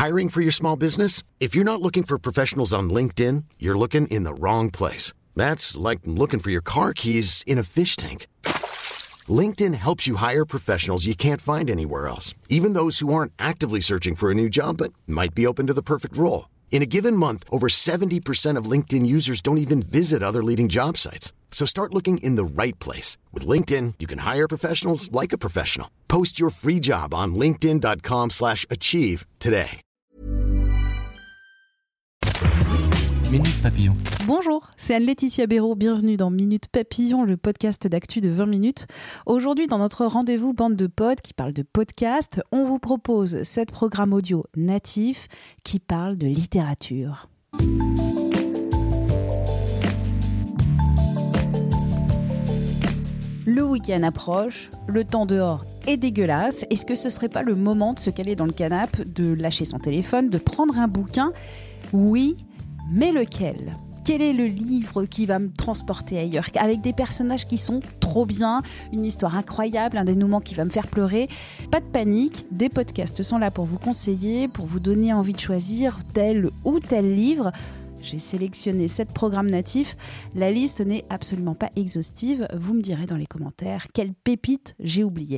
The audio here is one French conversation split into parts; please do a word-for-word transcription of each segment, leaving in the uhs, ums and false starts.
Hiring for your small business? If you're not looking for professionals on LinkedIn, you're looking in the wrong place. That's like looking for your car keys in a fish tank. LinkedIn helps you hire professionals you can't find anywhere else, even those who aren't actively searching for a new job but might be open to the perfect role. In a given month, over seventy percent of LinkedIn users don't even visit other leading job sites. So start looking in the right place. With LinkedIn, you can hire professionals like a professional. Post your free job on linkedin.com slash achieve today. Minute Papillon. Bonjour, c'est Anne-Laetitia Béraud. Bienvenue dans Minute Papillon, le podcast d'actu de vingt minutes. Aujourd'hui, dans notre rendez-vous bande de potes qui parle de podcast, on vous propose sept programmes audio natifs qui parlent de littérature. Le week-end approche, le temps dehors est dégueulasse. Est-ce que ce serait pas le moment de se caler dans le canapé, de lâcher son téléphone, de prendre un bouquin ? Oui, mais lequel ? Quel est le livre qui va me transporter ailleurs, avec des personnages qui sont trop bien, une histoire incroyable, un dénouement qui va me faire pleurer ? Pas de panique, des podcasts sont là pour vous conseiller, pour vous donner envie de choisir tel ou tel livre. J'ai sélectionné sept programmes natifs. La liste n'est absolument pas exhaustive. Vous me direz dans les commentaires quelle pépite j'ai oubliée.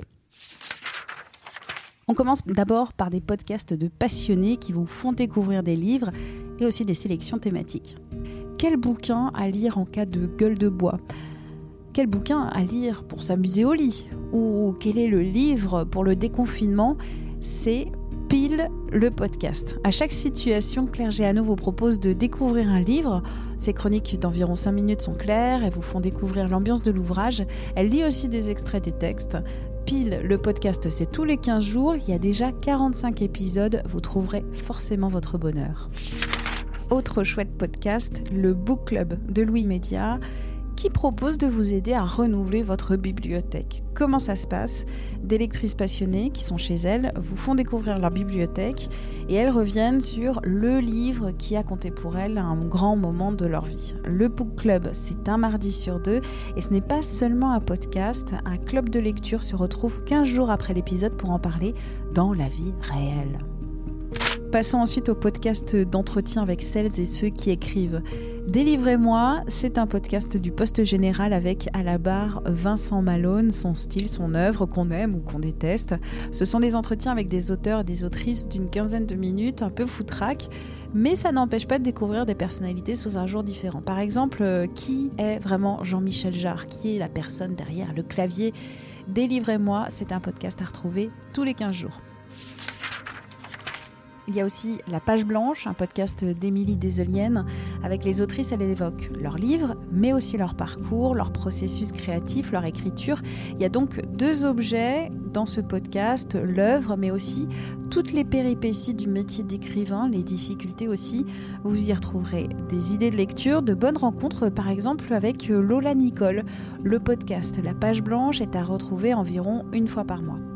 On commence d'abord par des podcasts de passionnés qui vous font découvrir des livres et aussi des sélections thématiques. Quel bouquin à lire en cas de gueule de bois ? Quel bouquin à lire pour s'amuser au lit ? Ou quel est le livre pour le déconfinement ? C'est Pile le podcast. À chaque situation, Claire Géano vous propose de découvrir un livre. Ses chroniques d'environ cinq minutes sont claires, elles vous font découvrir l'ambiance de l'ouvrage. Elle lit aussi des extraits des textes. Pile le podcast, c'est tous les quinze jours. Il y a déjà quarante-cinq épisodes. Vous trouverez forcément votre bonheur. Autre chouette podcast, le Book Club de Louis Média, qui propose de vous aider à renouveler votre bibliothèque. Comment ça se passe ? Des lectrices passionnées qui sont chez elles vous font découvrir leur bibliothèque et elles reviennent sur le livre qui a compté pour elles un grand moment de leur vie. Le Book Club, c'est un mardi sur deux et ce n'est pas seulement un podcast, un club de lecture se retrouve quinze jours après l'épisode pour en parler dans la vie réelle. Passons ensuite au podcast d'entretien avec celles et ceux qui écrivent. Délivrez-moi, c'est un podcast du Poste Général avec à la barre Vincent Malone, son style, son œuvre qu'on aime ou qu'on déteste. Ce sont des entretiens avec des auteurs et des autrices d'une quinzaine de minutes, un peu foutraque, mais ça n'empêche pas de découvrir des personnalités sous un jour différent. Par exemple, euh, qui est vraiment Jean-Michel Jarre ? Qui est la personne derrière le clavier ? Délivrez-moi, c'est un podcast à retrouver tous les quinze jours. Il y a aussi La Page Blanche, un podcast d'Émilie Deselienne. Avec les autrices, elle évoque leurs livres, mais aussi leur parcours, leur processus créatif, leur écriture. Il y a donc deux objets dans ce podcast, l'œuvre, mais aussi toutes les péripéties du métier d'écrivain, les difficultés aussi. Vous y retrouverez des idées de lecture, de bonnes rencontres, par exemple avec Lola Nicole. Le podcast La Page Blanche est à retrouver environ une fois par mois.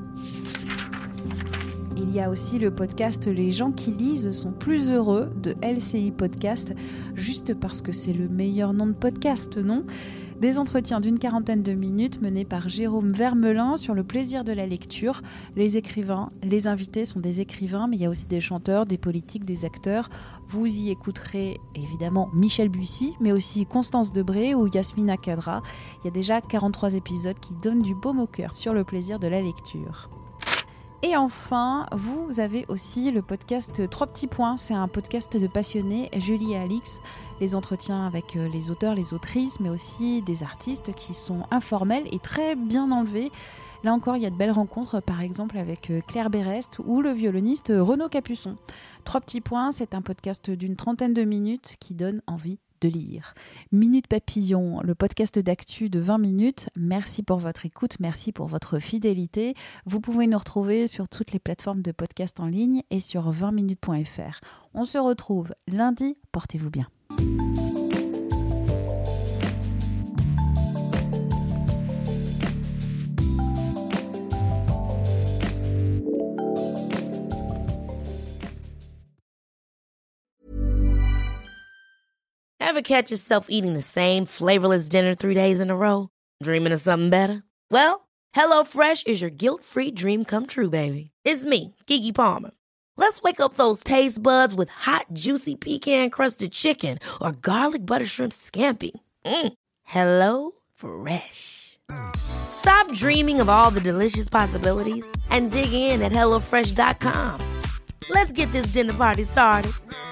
Il y a aussi le podcast Les gens qui lisent sont plus heureux de L C I Podcast, juste parce que c'est le meilleur nom de podcast, non ? Des entretiens d'une quarantaine de minutes menés par Jérôme Vermelin sur le plaisir de la lecture. Les écrivains, les invités sont des écrivains, mais il y a aussi des chanteurs, des politiques, des acteurs. Vous y écouterez évidemment Michel Bussy, mais aussi Constance Debré ou Yasmina Kadra. Il y a déjà quarante-trois épisodes qui donnent du baume au cœur sur le plaisir de la lecture. Et enfin, vous avez aussi le podcast Trois petits points. C'est un podcast de passionnés, Julie et Alix. Les entretiens avec les auteurs, les autrices, mais aussi des artistes qui sont informels et très bien enlevés. Là encore, il y a de belles rencontres, par exemple avec Claire Berest ou le violoniste Renaud Capuçon. Trois petits points, c'est un podcast d'une trentaine de minutes qui donne envie de lire. Minute Papillon, le podcast d'actu de vingt minutes. Merci pour votre écoute, merci pour votre fidélité. Vous pouvez nous retrouver sur toutes les plateformes de podcast en ligne et sur vingt minutes point f r. On se retrouve lundi, portez-vous bien. Ever catch yourself eating the same flavorless dinner three days in a row? Dreaming of something better? Well, HelloFresh is your guilt-free dream come true, baby. It's me, Keke Palmer. Let's wake up those taste buds with hot, juicy pecan-crusted chicken or garlic butter shrimp scampi. Mm. Hello Fresh. Stop dreaming of all the delicious possibilities and dig in at hello fresh dot com. Let's get this dinner party started.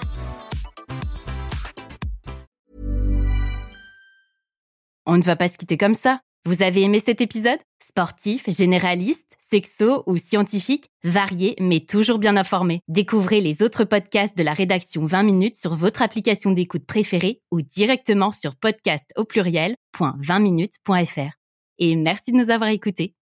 On ne va pas se quitter comme ça. Vous avez aimé cet épisode ? Sportif, généraliste, sexo ou scientifique, varié mais toujours bien informé. Découvrez les autres podcasts de la rédaction vingt minutes sur votre application d'écoute préférée ou directement sur podcast au pluriel point vingt minutes point f r. Et merci de nous avoir écoutés.